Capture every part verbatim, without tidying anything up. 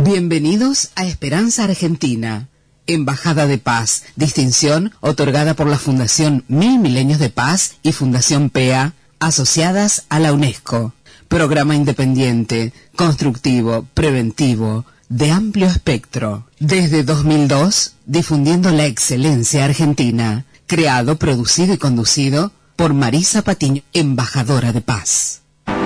Bienvenidos a Esperanza Argentina, Embajada de Paz, distinción otorgada por la Fundación Mil Milenios de Paz y Fundación P E A, asociadas a la UNESCO. Programa independiente, constructivo, preventivo, de amplio espectro. Desde dos mil dos, difundiendo la excelencia argentina. Creado, producido y conducido por Marisa Patiño, embajadora de paz.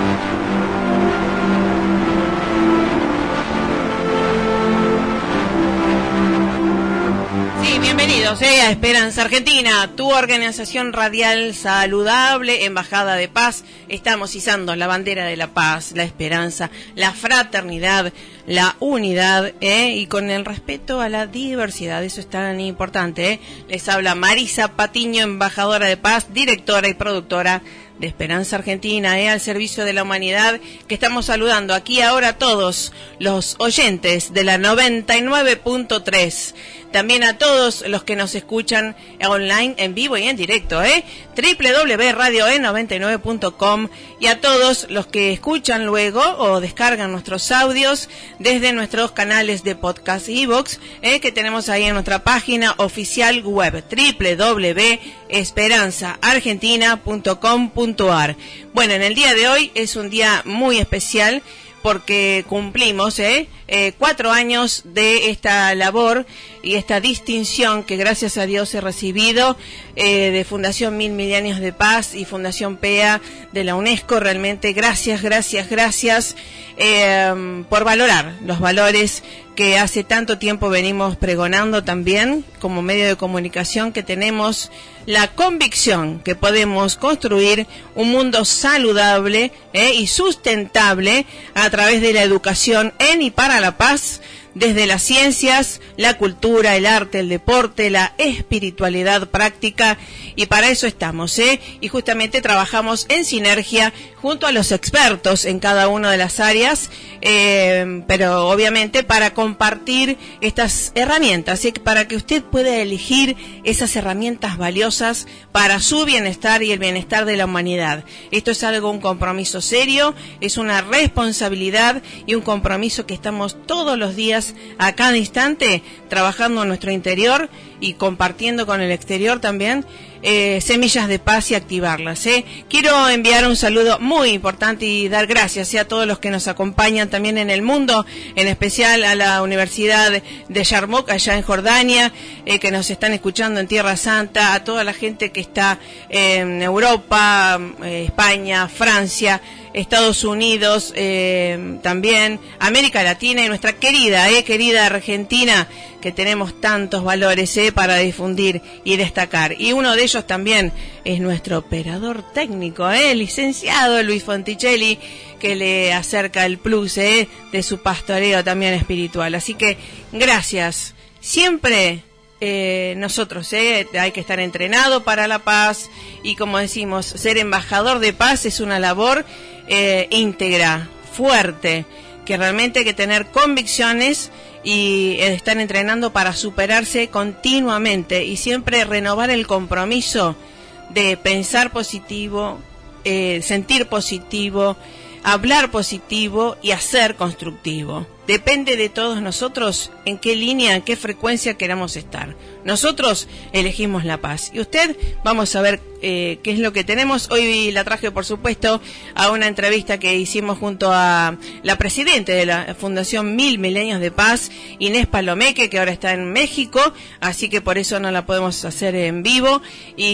Bienvenidos eh, a Esperanza Argentina, tu organización radial saludable, Embajada de Paz. Estamos izando la bandera de la paz, la esperanza, la fraternidad, la unidad eh, y con el respeto a la diversidad. Eso es tan importante. Eh. Les habla Marisa Patiño, embajadora de paz, directora y productora de Esperanza Argentina, eh, al servicio de la humanidad, que estamos saludando aquí ahora a todos los oyentes de la noventa y nueve punto tres. También a todos los que nos escuchan online, en vivo y en directo, ¿eh? doble u doble u doble u punto radio e noventa y nueve punto com, y a todos los que escuchan luego o descargan nuestros audios desde nuestros canales de podcast y iVoox, ¿eh? que tenemos ahí en nuestra página oficial web, doble u doble u doble u punto esperanza argentina punto com punto a r. Bueno, en el día de hoy es un día muy especial porque cumplimos eh, eh, cuatro años de esta labor y esta distinción que gracias a Dios he recibido eh, de Fundación Mil Milenios de Paz y Fundación P E A de la UNESCO. Realmente gracias, gracias, gracias eh, por valorar los valores que hace tanto tiempo venimos pregonando también como medio de comunicación, que tenemos la convicción que podemos construir un mundo saludable eh, y sustentable a través de la educación en y para la paz, desde las ciencias, la cultura, el arte, el deporte, la espiritualidad práctica, y para eso estamos, ¿eh? Y justamente trabajamos en sinergia junto a los expertos en cada una de las áreas, eh, pero obviamente para compartir estas herramientas, ¿eh? Para que usted pueda elegir esas herramientas valiosas para su bienestar y el bienestar de la humanidad. Esto es algo, un compromiso serio, es una responsabilidad y un compromiso que estamos todos los días a cada instante trabajando en nuestro interior y compartiendo con el exterior también eh, semillas de paz y activarlas. ¿eh? Quiero enviar un saludo muy importante y dar gracias ¿eh? a todos los que nos acompañan también en el mundo, en especial a la Universidad de Yarmouk, allá en Jordania, eh, que nos están escuchando en Tierra Santa, a toda la gente que está en Europa, eh, España, Francia, Estados Unidos, eh, también América Latina y nuestra querida, eh, querida Argentina, que tenemos tantos valores eh, para difundir y destacar. Y uno de ellos también es nuestro operador técnico, eh, licenciado Luis Fonticelli, que le acerca el plus eh, de su pastoreo también espiritual. Así que gracias. Siempre Eh, nosotros eh, hay que estar entrenado para la paz, y como decimos, ser embajador de paz es una labor eh, íntegra, fuerte, que realmente hay que tener convicciones y eh, estar entrenando para superarse continuamente y siempre renovar el compromiso de pensar positivo, eh, sentir positivo, hablar positivo y hacer constructivo. Depende de todos nosotros en qué línea, en qué frecuencia queramos estar. Nosotros elegimos la paz. Y usted, vamos a ver eh, qué es lo que tenemos. Hoy la traje, por supuesto, a una entrevista que hicimos junto a la presidenta de la Fundación Mil Milenios de Paz, Inés Palomeque, que ahora está en México, así que por eso no la podemos hacer en vivo.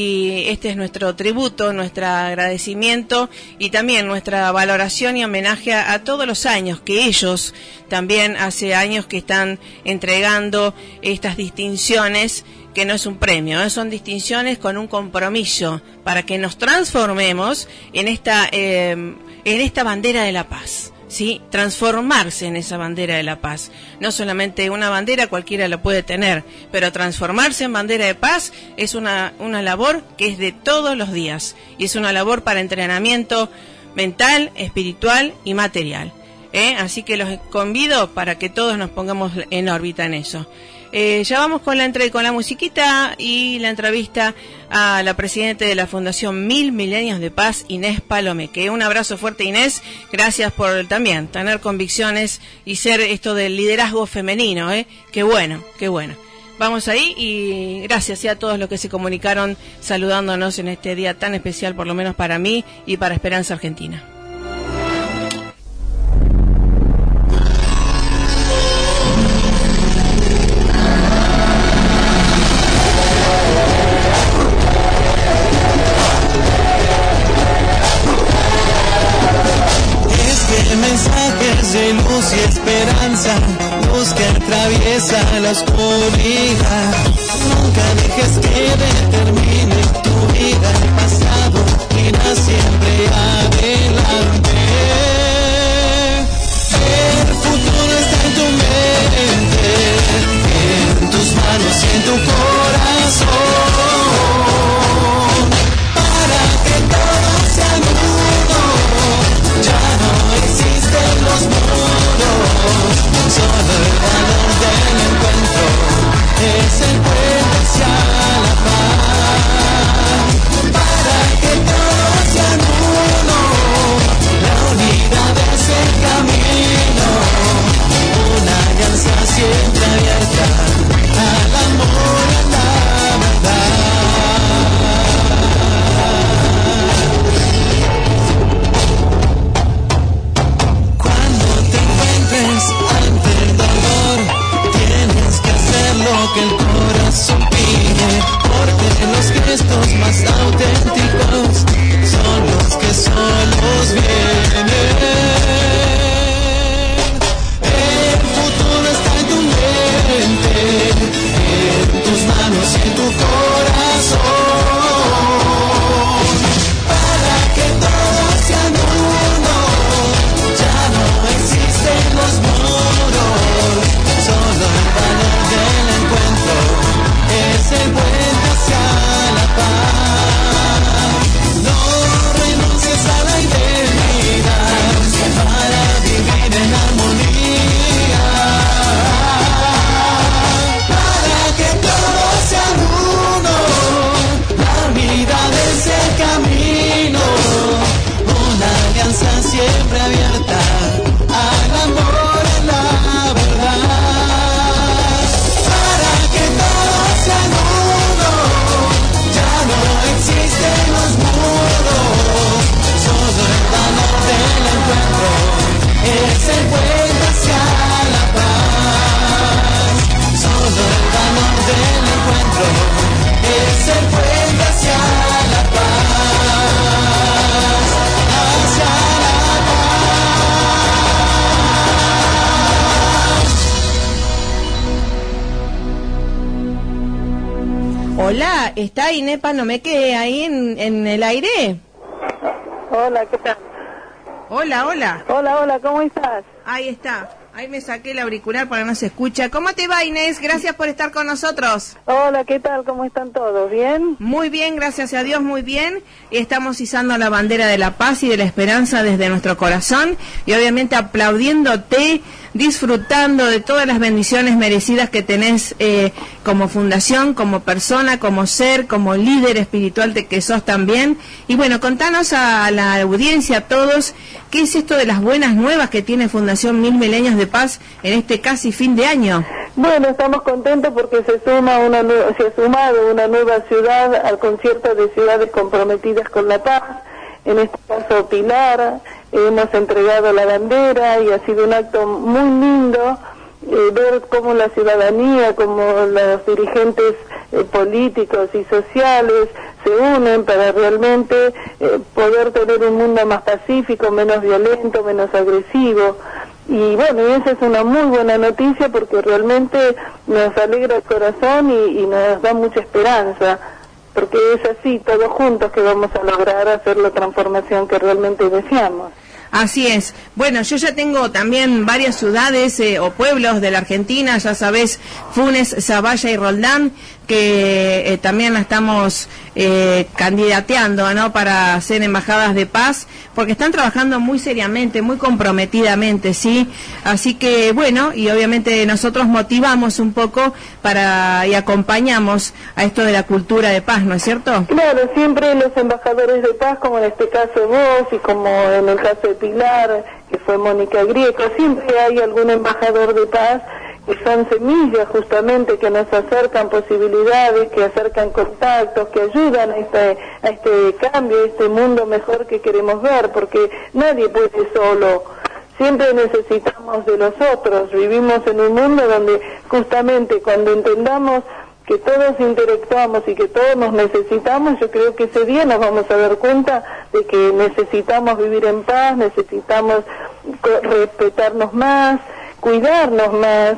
Y este es nuestro tributo, nuestro agradecimiento y también nuestra valoración y homenaje a, a todos los años que ellos también hace años que están entregando estas distinciones, que no es un premio, ¿eh? Son distinciones con un compromiso para que nos transformemos en esta, eh, en esta bandera de la paz, ¿sí? Transformarse en esa bandera de la paz. No solamente una bandera, cualquiera la puede tener, pero transformarse en bandera de paz es una, una labor que es de todos los días, y es una labor para entrenamiento mental, espiritual y material. ¿eh? Así que los convido para que todos nos pongamos en órbita en eso. Eh, ya vamos con la entre con la musiquita y la entrevista a la presidenta de la Fundación Mil Milenios de Paz, Inés Palomeque. Un abrazo fuerte, Inés. Gracias por también tener convicciones y ser esto del liderazgo femenino, ¿eh? Qué bueno, qué bueno. Vamos ahí y gracias a todos los que se comunicaron saludándonos en este día tan especial, por lo menos para mí y para Esperanza Argentina. Mensajes de luz y esperanza, luz que atraviesa la oscuridad. Nunca dejes que determine tu vida, el pasado irá siempre adelante. El futuro está en tu mente, en tus manos y en tu corazón, para que todo sea uno. Ya no existen los muros, solo el valor del encuentro es el puente hacia la paz. Para que todos sean uno, la unidad es el camino, una alianza siempre abierta al amor y a la verdad. Ante el dolor tienes que hacer lo que el corazón pide, porque los gestos más auténticos son los que solos vienen. El futuro está en tu mente, en tus manos y en tu corazón, para que todos sean uno. Ya no existen los muros, solo el valor del encuentro es el puente hacia la paz. No renuncies a la identidad para vivir en armonía, para que todos sean uno, la unidad es el camino, una alianza siempre abierta al amor y la verdad. Para que todos sean uno, ya no existen los muros, solo el valor del encuentro es el puente hacia la paz. Solo el valor del encuentro es el puente hacia la paz, hacia la paz. Hola, ¿está Inés Palomeque ahí en, en el aire? Hola, ¿qué tal? Hola, hola. Hola, hola, ¿cómo estás? Ahí está. Ahí me saqué el auricular para no se escucha. ¿Cómo te va, Inés? Gracias por estar con nosotros. Hola, ¿qué tal? ¿Cómo están todos? ¿Bien? Muy bien, gracias a Dios, muy bien. Y estamos izando la bandera de la paz y de la esperanza desde nuestro corazón y obviamente aplaudiéndote, disfrutando de todas las bendiciones merecidas que tenés eh, como fundación, como persona, como ser, como líder espiritual de que sos también. Y bueno, contanos a la audiencia, a todos, ¿qué es esto de las buenas nuevas que tiene Fundación Mil Milenios de Paz en este casi fin de año? Bueno, estamos contentos porque se suma una nue- se ha sumado una nueva ciudad al concierto de ciudades comprometidas con la paz. En este caso Pilar, hemos entregado la bandera y ha sido un acto muy lindo eh, ver cómo la ciudadanía, cómo los dirigentes eh, políticos y sociales se unen para realmente eh, poder tener un mundo más pacífico, menos violento, menos agresivo. Y bueno, y esa es una muy buena noticia porque realmente nos alegra el corazón y, y nos da mucha esperanza, porque es así, todos juntos, que vamos a lograr hacer la transformación que realmente deseamos. Así es. Bueno, yo ya tengo también varias ciudades eh, o pueblos de la Argentina, ya sabés, Funes, Zavalla y Roldán. que eh, también la estamos eh, candidateando, ¿no?, para ser embajadas de paz, porque están trabajando muy seriamente, muy comprometidamente, ¿sí? Así que, bueno, y obviamente nosotros motivamos un poco para y acompañamos a esto de la cultura de paz, ¿no es cierto? Claro, siempre los embajadores de paz, como en este caso vos y como en el caso de Pilar, que fue Mónica Grieco, siempre hay algún embajador de paz que son semillas justamente que nos acercan posibilidades, que acercan contactos, que ayudan a este, a este cambio, a este mundo mejor que queremos ver, porque nadie puede solo. Siempre necesitamos de los otros. Vivimos en un mundo donde justamente cuando entendamos que todos interactuamos y que todos nos necesitamos, yo creo que ese día nos vamos a dar cuenta de que necesitamos vivir en paz, necesitamos respetarnos más, cuidarnos más.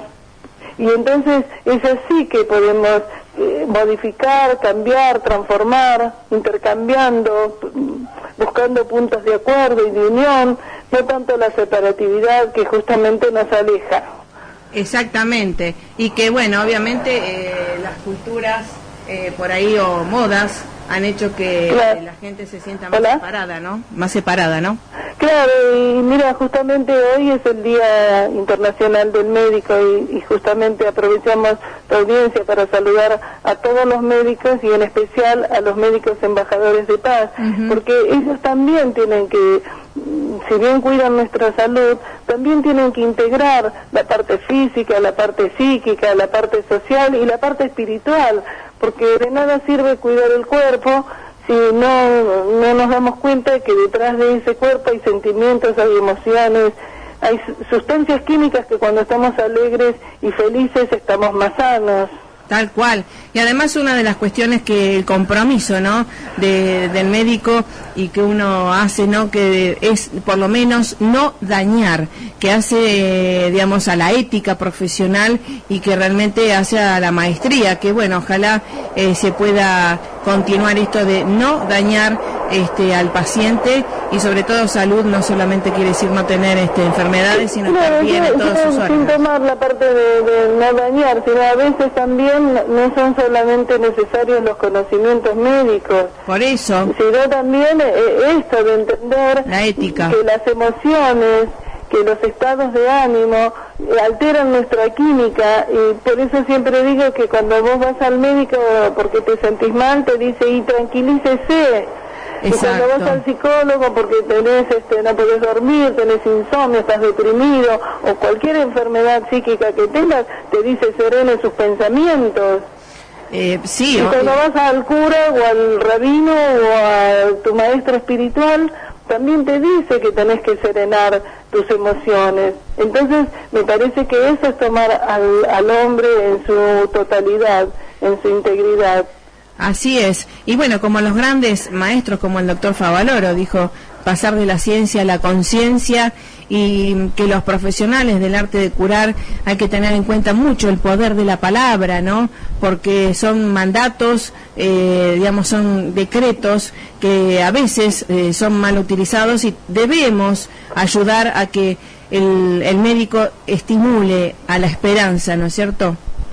Y entonces es así que podemos eh, modificar, cambiar, transformar, intercambiando, buscando puntos de acuerdo y de unión, no tanto la separatividad que justamente nos aleja. Exactamente, y que bueno, obviamente eh, las culturas eh, por ahí o modas han hecho que claro. la gente se sienta más ¿Hola? separada, ¿no? Más separada, ¿no? Claro, y mira, justamente hoy es el Día Internacional del Médico y, y justamente aprovechamos la audiencia para saludar a todos los médicos y en especial a los médicos embajadores de paz, uh-huh. porque ellos también tienen que, si bien cuidan nuestra salud, también tienen que integrar la parte física, la parte psíquica, la parte social y la parte espiritual, porque de nada sirve cuidar el cuerpo si no, no nos damos cuenta de que detrás de ese cuerpo hay sentimientos, hay emociones, hay sustancias químicas que cuando estamos alegres y felices estamos más sanos. Tal cual. Y además una de las cuestiones que el compromiso, ¿no?, de, del médico y que uno hace, ¿no?, que es por lo menos no dañar, que hace, eh, digamos, a la ética profesional y que realmente hace a la maestría, que bueno, ojalá eh, se pueda continuar esto de no dañar este al paciente y sobre todo salud, no solamente quiere decir no tener este enfermedades, sino no, estar bien yo, en todos yo, sus órganos. Sin tomar la parte de, de no dañar, sino a veces también no son solamente necesarios los conocimientos médicos. Por eso. Sino también eh, esto de entender la ética. Que las emociones, que los estados de ánimo eh, alteran nuestra química y por eso siempre digo que cuando vos vas al médico porque te sentís mal, te dice y tranquilícese. Exacto. Y cuando vas al psicólogo porque tenés, este, no podés dormir, tenés insomnio, estás deprimido o cualquier enfermedad psíquica que tengas, te dice serene sus pensamientos. Eh, sí, y cuando vas al cura o al rabino o a tu maestro espiritual, también te dice que tenés que serenar tus emociones. Entonces, me parece que eso es tomar al, al hombre en su totalidad, en su integridad. Así es. Y bueno, como los grandes maestros, como el doctor Favaloro dijo, pasar de la ciencia a la conciencia y que los profesionales del arte de curar hay que tener en cuenta mucho el poder de la palabra, ¿no? Porque son mandatos, eh, digamos, son decretos que a veces eh, son mal utilizados y debemos ayudar a que el, el médico estimule a la esperanza, ¿no es cierto?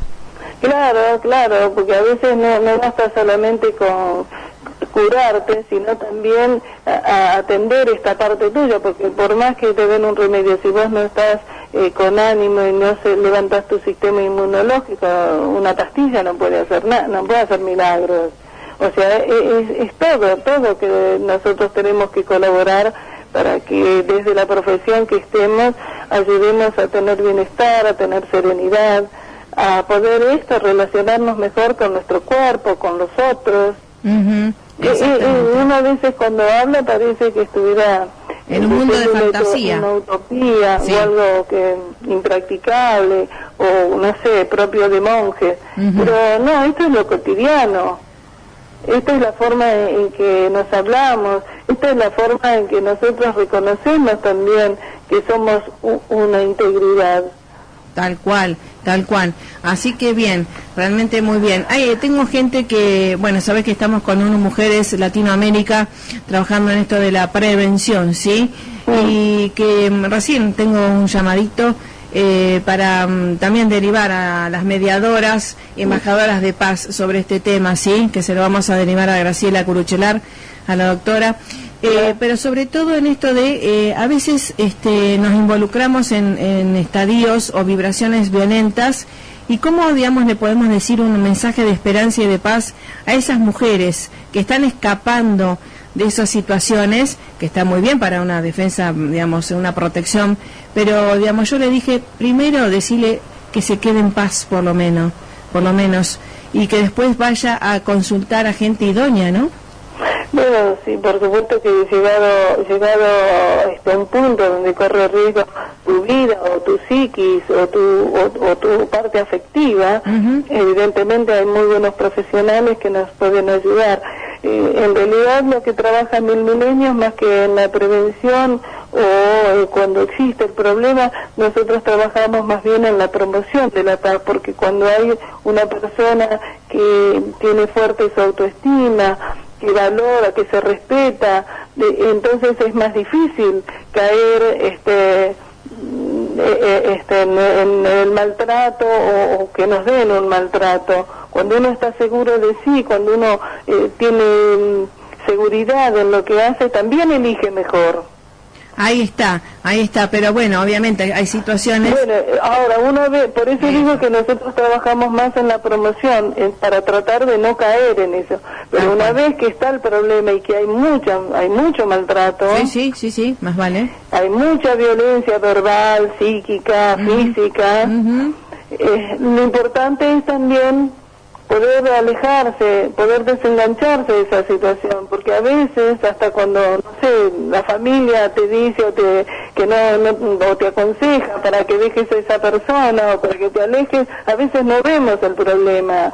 Claro, claro, porque a veces no, no basta solamente con curarte, sino también a, a atender esta parte tuya, porque por más que te den un remedio, si vos no estás eh, con ánimo y no se levantas tu sistema inmunológico, una pastilla no puede hacer nada, no puede hacer milagros. O sea, es, es todo, todo que nosotros tenemos que colaborar para que desde la profesión que estemos ayudemos a tener bienestar, a tener serenidad, a poder esto relacionarnos mejor con nuestro cuerpo, con los otros. Uh-huh. Y, y una vez cuando habla parece que estuviera en un mundo de fantasía, una utopía, sí, o algo que impracticable o no sé, propio de monjes. Uh-huh. Pero no, esto es lo cotidiano. Esta es la forma en que nos hablamos, esta es la forma en que nosotros reconocemos también que somos u- una integridad. Tal cual, tal cual. Así que bien, realmente muy bien. Ay, tengo gente que, bueno, sabes que estamos con unas mujeres Latinoamérica trabajando en esto de la prevención, ¿sí? Mm. Y que recién tengo un llamadito eh, para um, también derivar a las mediadoras y embajadoras de paz sobre este tema, ¿sí? Que se lo vamos a derivar a Graciela Curuchelar, a la doctora. Eh, pero sobre todo en esto de, eh, a veces este, nos involucramos en, en estadios o vibraciones violentas, y cómo, digamos, le podemos decir un mensaje de esperanza y de paz a esas mujeres que están escapando de esas situaciones, que está muy bien para una defensa, digamos, una protección, pero, digamos, yo le dije, primero decirle que se quede en paz, por lo menos, por lo menos, y que después vaya a consultar a gente idónea, ¿no? Bueno, sí, por supuesto que llegado llegado este, a un punto donde corre riesgo tu vida o tu psiquis o tu, o, o tu parte afectiva, uh-huh. Evidentemente hay muy buenos profesionales que nos pueden ayudar. Eh, en realidad lo que trabaja Mil Milenios, más que en la prevención o eh, cuando existe el problema, nosotros trabajamos más bien en la promoción de la paz, porque cuando hay una persona que tiene fuerte su autoestima, que valora, que se respeta, de, entonces es más difícil caer este, este en, en el maltrato o, o que nos den un maltrato. Cuando uno está seguro de sí, cuando uno eh, tiene seguridad en lo que hace, también elige mejor. Ahí está, ahí está, pero bueno, obviamente hay situaciones... Bueno, ahora, una vez, por eso digo que nosotros trabajamos más en la promoción, es para tratar de no caer en eso, pero una vez que está el problema y que hay mucha, hay mucho maltrato... Sí, sí, sí, sí, más vale. Hay mucha violencia verbal, psíquica, uh-huh. física, uh-huh. Eh, lo importante es también poder alejarse, poder desengancharse de esa situación, porque a veces hasta cuando, no sé, la familia te dice o te que no, no o te aconseja para que dejes a esa persona o para que te alejes, a veces no vemos el problema.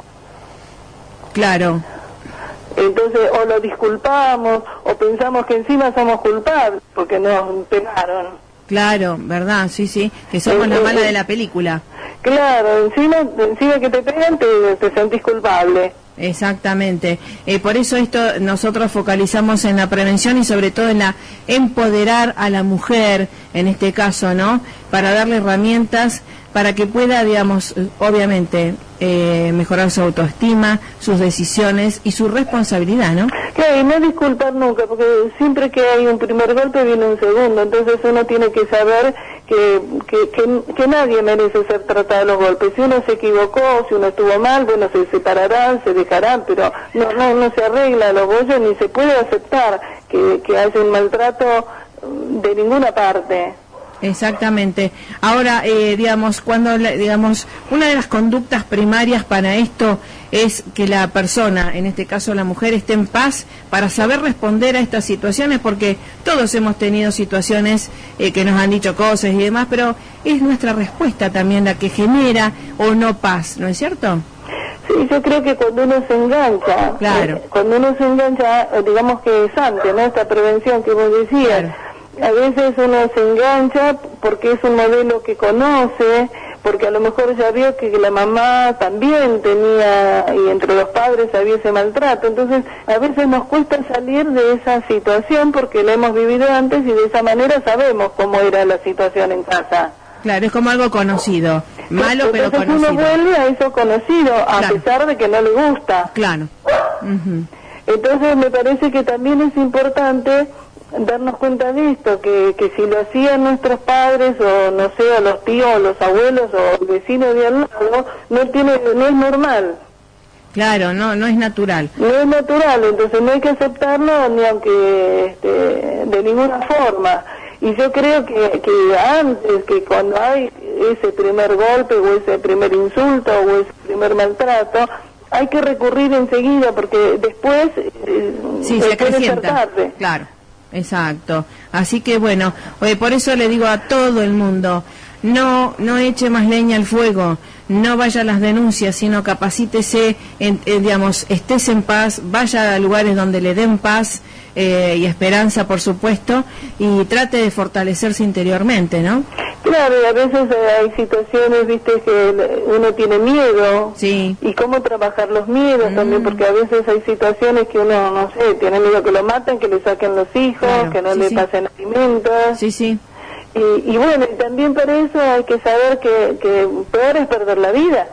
Claro. Entonces o lo disculpamos o pensamos que encima somos culpables porque nos pegaron. Claro, verdad, sí, sí, que somos eh, la mala eh, de la película. Claro, encima, encima que te pegan te, te sentís culpable. Exactamente. Eh, por eso esto nosotros focalizamos en la prevención y sobre todo en la empoderar a la mujer, en este caso, ¿no? Para darle herramientas para que pueda, digamos, obviamente, eh, mejorar su autoestima, sus decisiones y su responsabilidad, ¿no? Claro, y no disculpar nunca, porque siempre que hay un primer golpe viene un segundo, entonces uno tiene que saber que, que, que, que nadie merece ser tratado a los golpes. Si uno se equivocó, si uno estuvo mal, bueno, se separarán, se dejarán, pero no, no, no se arregla a los bollos ni se puede aceptar que, que haya un maltrato de ninguna parte. Exactamente. Ahora, eh, digamos, cuando, digamos, una de las conductas primarias para esto es que la persona, en este caso la mujer, esté en paz para saber responder a estas situaciones, porque todos hemos tenido situaciones eh, que nos han dicho cosas y demás, pero es nuestra respuesta también la que genera o no paz, ¿no es cierto? Sí, yo creo que cuando uno se engancha, claro. eh, cuando uno se engancha, digamos que es antes, ¿no? Esta prevención que vos decías. Claro. A veces uno se engancha porque es un modelo que conoce, porque a lo mejor ya vio que la mamá también tenía, y entre los padres había ese maltrato. Entonces, a veces nos cuesta salir de esa situación porque la hemos vivido antes y de esa manera sabemos cómo era la situación en casa. Claro, es como algo conocido, malo pero Entonces conocido. uno vuelve a eso conocido, a claro. pesar de que no le gusta. Claro. Uh-huh. Entonces me parece que también es importante darnos cuenta de esto, que, que si lo hacían nuestros padres o no sé, o los tíos o los abuelos o el vecino de al lado, no tiene, no es normal. Claro, no, no es natural. No es natural, entonces no hay que aceptarlo ni aunque este, de ninguna forma. Y yo creo que, que antes, que cuando hay ese primer golpe o ese primer insulto o ese primer maltrato, hay que recurrir enseguida porque después eh, sí, se puede ser acrecienta. tarde. Claro. Exacto. Así que bueno, oye, por eso le digo a todo el mundo, no no eche más leña al fuego, no vaya a las denuncias, sino capacítese, en, en, digamos, estés en paz, vaya a lugares donde le den paz eh, y esperanza, por supuesto, y trate de fortalecerse interiormente, ¿no? Claro, y a veces eh, hay situaciones, viste, que uno tiene miedo. Sí. Y cómo trabajar los miedos mm. también, porque a veces hay situaciones que uno, no sé, tiene miedo que lo maten, que le saquen los hijos, claro. que no sí, le sí. pasen alimentos. Sí, sí. Y, y bueno, y también para eso hay que saber que, que peor es perder la vida.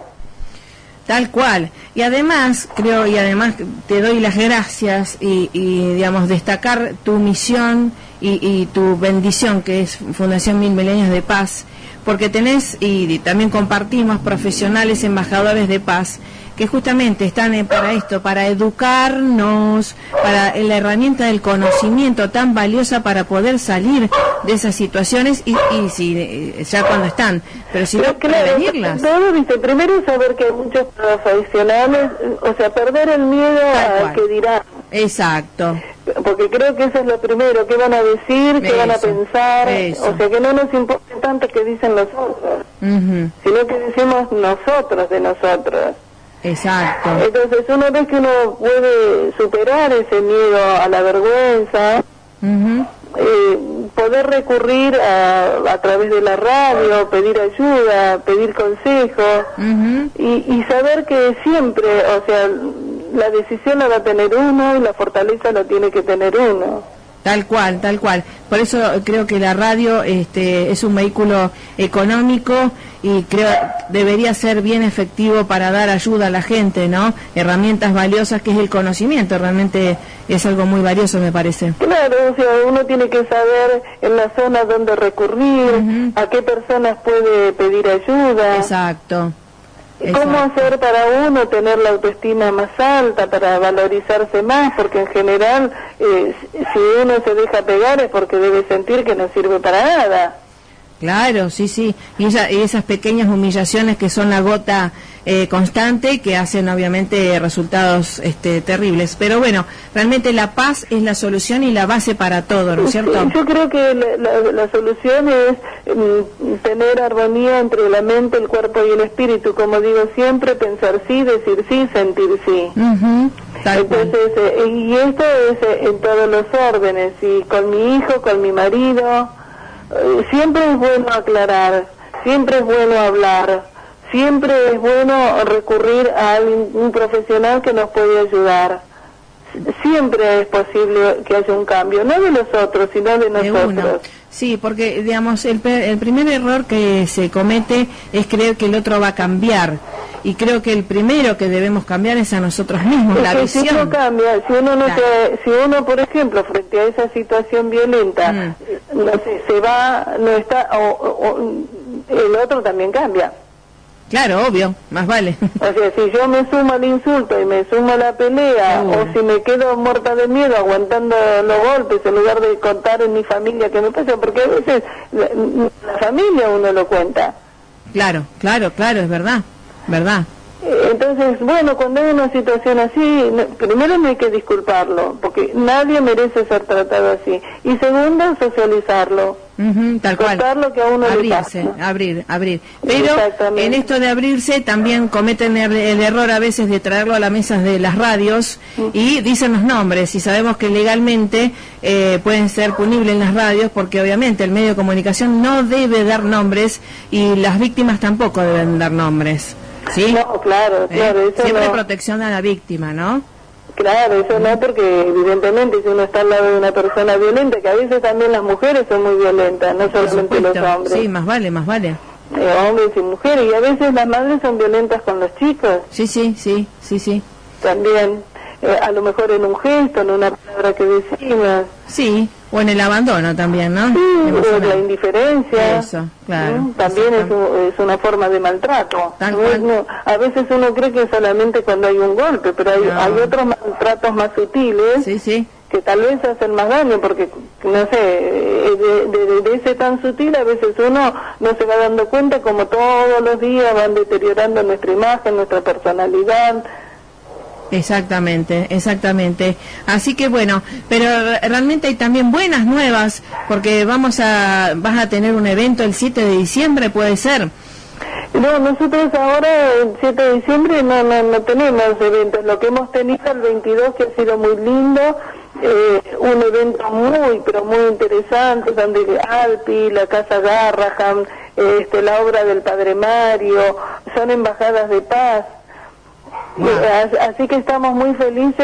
Tal cual. Y además, creo, y además te doy las gracias y, y digamos, destacar tu misión y, y tu bendición, que es Fundación Mil Milenios de Paz, porque tenés, y, y también compartimos, profesionales embajadores de paz, que justamente están eh, para esto, para educarnos, para eh, la herramienta del conocimiento tan valiosa para poder salir de esas situaciones y, y si eh, ya cuando están, pero si no, prevenirlas. Todo, viste, primero saber que hay muchos profesionales, o sea, perder el miedo al que dirán. Exacto. Porque creo que eso es lo primero, qué van a decir, qué eso, van a pensar, eso. O sea, que no nos importa tanto que dicen los otros, uh-huh. sino que decimos nosotros de nosotros. Exacto. Entonces, una vez que uno puede superar ese miedo a la vergüenza, uh-huh. eh, poder recurrir a, a través de la radio, pedir ayuda, pedir consejo, uh-huh. y, y saber que siempre, o sea, la decisión la va a tener uno y la fortaleza la tiene que tener uno. Tal cual, tal cual. Por eso creo que la radio este, es un vehículo económico y creo debería ser bien efectivo para dar ayuda a la gente, ¿no? Herramientas valiosas que es el conocimiento, realmente es algo muy valioso, me parece. Claro, o sea, uno tiene que saber en la zona dónde recurrir, uh-huh. a qué personas puede pedir ayuda. Exacto. ¿Cómo Exacto. hacer para uno tener la autoestima más alta, para valorizarse más? Porque en general, eh, si uno se deja pegar es porque debe sentir que no sirve para nada. Claro, sí, sí. Y, esa, y esas pequeñas humillaciones que son la gota eh, constante que hacen obviamente resultados este, terribles. Pero bueno, realmente la paz es la solución y la base para todo, ¿no es cierto? Sí, yo creo que la, la, la solución es mm, tener armonía entre la mente, el cuerpo y el espíritu. Como digo siempre, pensar sí, decir sí, sentir sí. Uh-huh. Entonces, eh, y esto es eh, en todos los órdenes, y con mi hijo, con mi marido. Siempre es bueno aclarar, siempre es bueno hablar, siempre es bueno recurrir a alguien, un profesional que nos puede ayudar. Siempre es posible que haya un cambio, no de los otros, sino de nosotros. De sí, porque digamos el, el primer error que se comete es creer que el otro va a cambiar. Y creo que el primero que debemos cambiar es a nosotros mismos, es la que visión. Si uno cambia, si uno no claro. se, si uno, por ejemplo, frente a esa situación violenta, mm. no sé, se va, no está, o, o, o el otro también cambia. Claro, obvio, más vale. O sea, si yo me sumo al insulto y me sumo a la pelea, uh. o si me quedo muerta de miedo aguantando los golpes en lugar de contar en mi familia que me pasa, porque a veces la, la familia uno lo cuenta. Claro, claro, claro, es verdad. ¿Verdad? Entonces, bueno, cuando hay una situación así, primero no hay que disculparlo, porque nadie merece ser tratado así. Y segundo, socializarlo. Uh-huh, tal cual. Contar lo que a uno abrirse, le pasa. abrir, abrir. Pero en esto de abrirse también cometen el, el error a veces de traerlo a las mesas de las radios uh-huh. y dicen los nombres, y sabemos que legalmente eh, pueden ser punibles en las radios, porque obviamente el medio de comunicación no debe dar nombres y las víctimas tampoco deben dar nombres. ¿Sí? No, claro, claro. ¿Eh? Eso Siempre no. Protección a la víctima, ¿no? Claro, eso no, porque evidentemente si uno está al lado de una persona violenta, que a veces también las mujeres son muy violentas, no solamente los hombres. Sí, más vale, más vale. Eh, hombres y mujeres, y a veces las madres son violentas con los chicos. Sí, sí, sí, sí, sí. También, eh, a lo mejor en un gesto, en una palabra que decimos. Sí, o en el abandono también, ¿no? Sí, o en la indiferencia. Eso, claro. ¿Mm? También es, un, es una forma de maltrato. Tal no es, no, a veces uno cree que es solamente cuando hay un golpe, pero hay, no. hay otros maltratos más sutiles. Sí, sí. Que tal vez hacen más daño, porque, no sé, de, de, de ese tan sutil a veces uno no se va dando cuenta como todos los días van deteriorando nuestra imagen, nuestra personalidad. Exactamente, exactamente. Así que bueno, pero realmente hay también buenas nuevas, porque vamos a, vas a tener un evento el siete de diciembre, ¿puede ser? No, nosotros ahora el siete de diciembre no, no, no tenemos eventos. Lo que hemos tenido el veintidós, que ha sido muy lindo, eh, un evento muy, pero muy interesante, donde Alpi, la Casa Garrahan, este, la obra del Padre Mario, son embajadas de paz. Wow. Así que estamos muy felices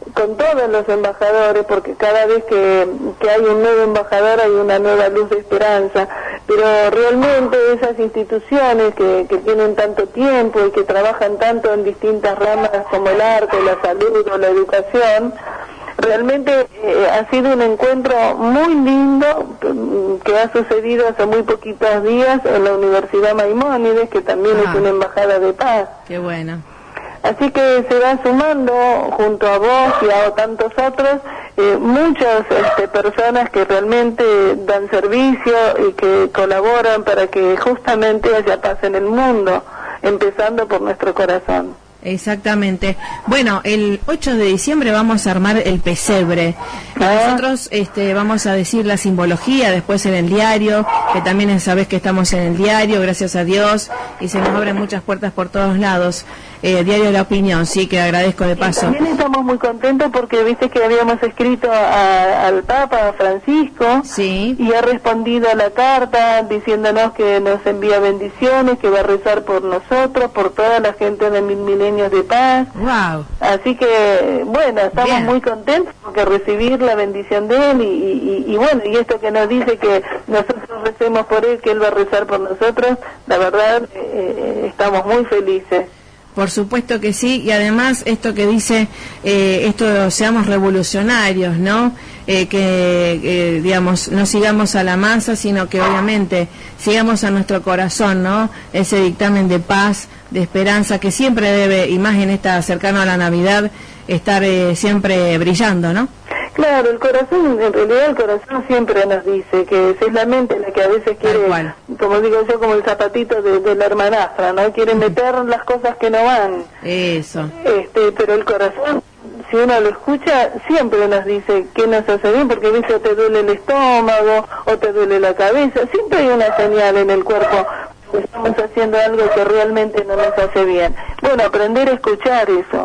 con todos los embajadores, porque cada vez que, que hay un nuevo embajador hay una nueva luz de esperanza, pero realmente esas instituciones que, que tienen tanto tiempo y que trabajan tanto en distintas ramas como el arte, la salud o la educación, realmente eh, ha sido un encuentro muy lindo que ha sucedido hace muy poquitos días en la Universidad Maimónides, que también ah. es una embajada de paz. Qué bueno. Así que se va sumando junto a vos y a tantos otros eh, muchas este, personas que realmente dan servicio y que colaboran para que justamente haya paz en el mundo, empezando por nuestro corazón. Exactamente. Bueno, el ocho de diciembre vamos a armar el pesebre. ¿Ah? Nosotros este, vamos a decir la simbología después en el diario, que también sabés que estamos en el diario, gracias a Dios, y se nos abren muchas puertas por todos lados. Eh, diario de la Opinión, sí, que agradezco de paso. Y también estamos muy contentos porque viste que habíamos escrito a, al Papa Francisco, sí, y ha respondido a la carta diciéndonos que nos envía bendiciones, que va a rezar por nosotros, por toda la gente de Mil Milenios de Paz. Wow. Así que, bueno, estamos Bien. muy contentos porque recibir la bendición de él y, y, y, y bueno, y esto que nos dice que nosotros recemos por él, que él va a rezar por nosotros, la verdad, eh, estamos muy felices. Por supuesto que sí, y además esto que dice, eh, esto seamos revolucionarios, ¿no? Eh, que, eh, digamos, no sigamos a la masa, sino que obviamente sigamos a nuestro corazón, ¿no? Ese dictamen de paz, de esperanza, que siempre debe, y más en esta cercano a la Navidad, estar eh, siempre brillando, ¿no? Claro, el corazón, en realidad el corazón siempre nos dice que es la mente la que a veces quiere, como digo yo, como el zapatito de, de la hermanastra, ¿no? Quiere meter las cosas que no van. Eso. Este, pero el corazón, si uno lo escucha, siempre nos dice que nos hace bien, porque a veces te duele el estómago o te duele la cabeza, siempre hay una señal en el cuerpo que estamos haciendo algo que realmente no nos hace bien. Bueno, aprender a escuchar eso.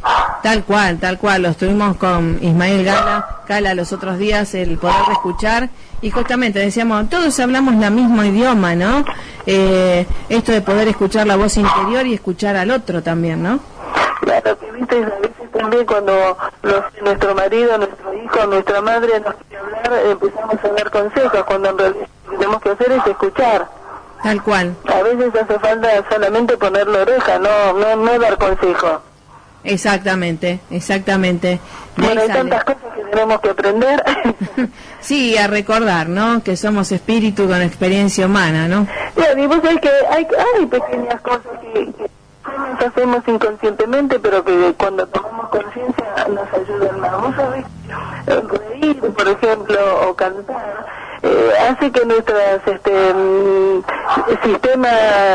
Tal cual, tal cual, lo estuvimos con Ismael Gala, Gala los otros días, el poder de escuchar, y justamente decíamos, todos hablamos el mismo idioma, ¿no? Eh, esto de poder escuchar la voz interior y escuchar al otro también, ¿no? Claro, que viste, a veces también cuando los, nuestro marido, nuestro hijo, nuestra madre nos quiere hablar, empezamos a dar consejos, cuando en realidad lo que tenemos que hacer es escuchar. Tal cual. A veces hace falta solamente poner la oreja, no, no, no dar consejos. Exactamente, exactamente. Bueno, hay tantas cosas que tenemos que aprender. Sí, a recordar, ¿no? Que somos espíritu con experiencia humana, ¿no? Bien, y vos sabés que hay, hay pequeñas cosas que, que nos hacemos inconscientemente, pero que cuando tomamos conciencia nos ayudan más. Vos sabés, reír, por ejemplo, o cantar, eh, hace que nuestro este, mm, sistema,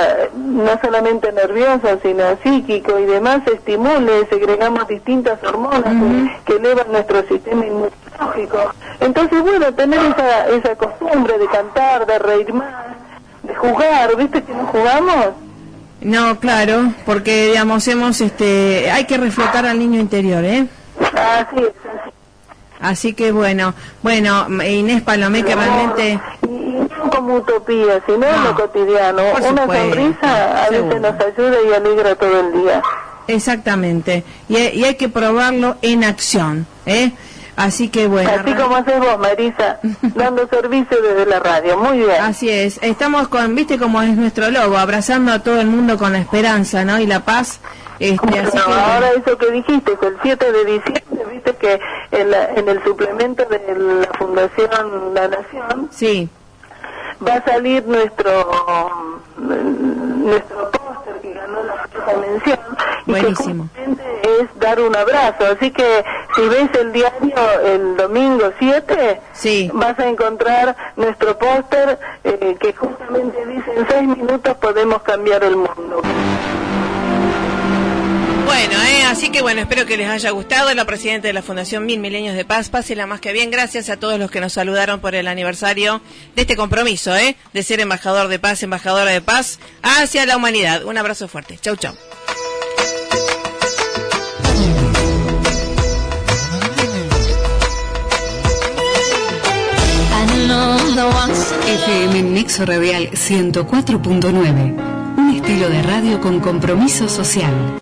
no solamente nervioso, sino psíquico y demás, se estimule, segregamos distintas hormonas uh-huh. que, que elevan nuestro sistema inmunológico. Entonces, bueno, tener esa, esa costumbre de cantar, de reír más, de jugar, ¿viste que no jugamos? No, claro, porque, digamos, hemos, este, hay que reflotar al niño interior, ¿eh? Así es, así. Así que bueno, bueno, Inés Palomé, que realmente... Y, y no como utopía, sino en lo cotidiano. Una sonrisa a veces nos ayuda y alegra todo el día. Exactamente, y, y hay que probarlo en acción, ¿eh? Así que bueno. Así como haces vos, Marisa, dando servicio desde la radio. Muy bien. Así es. Estamos con, viste como es nuestro logo, abrazando a todo el mundo con la esperanza, ¿no? Y la paz. Este, bueno, así que, ahora eso que dijiste, que el siete de diciembre, viste que en, la, en el suplemento de la Fundación La Nación, sí, va a salir nuestro nuestro póster que ganó la cuarta mención. Buenísimo. Y que justamente es dar un abrazo. Así que si ves el diario el domingo siete, sí, vas a encontrar nuestro póster eh, que justamente dice: en seis minutos podemos cambiar el mundo. Bueno, eh, así que bueno, espero que les haya gustado. La presidenta de la Fundación Mil Milenios de Paz, pásela más que bien. Gracias a todos los que nos saludaron por el aniversario de este compromiso, eh, de ser embajador de paz, embajadora de paz hacia la humanidad. Un abrazo fuerte. Chau, chau. F M Nexo Radial ciento cuatro punto nueve. Un estilo de radio con compromiso social.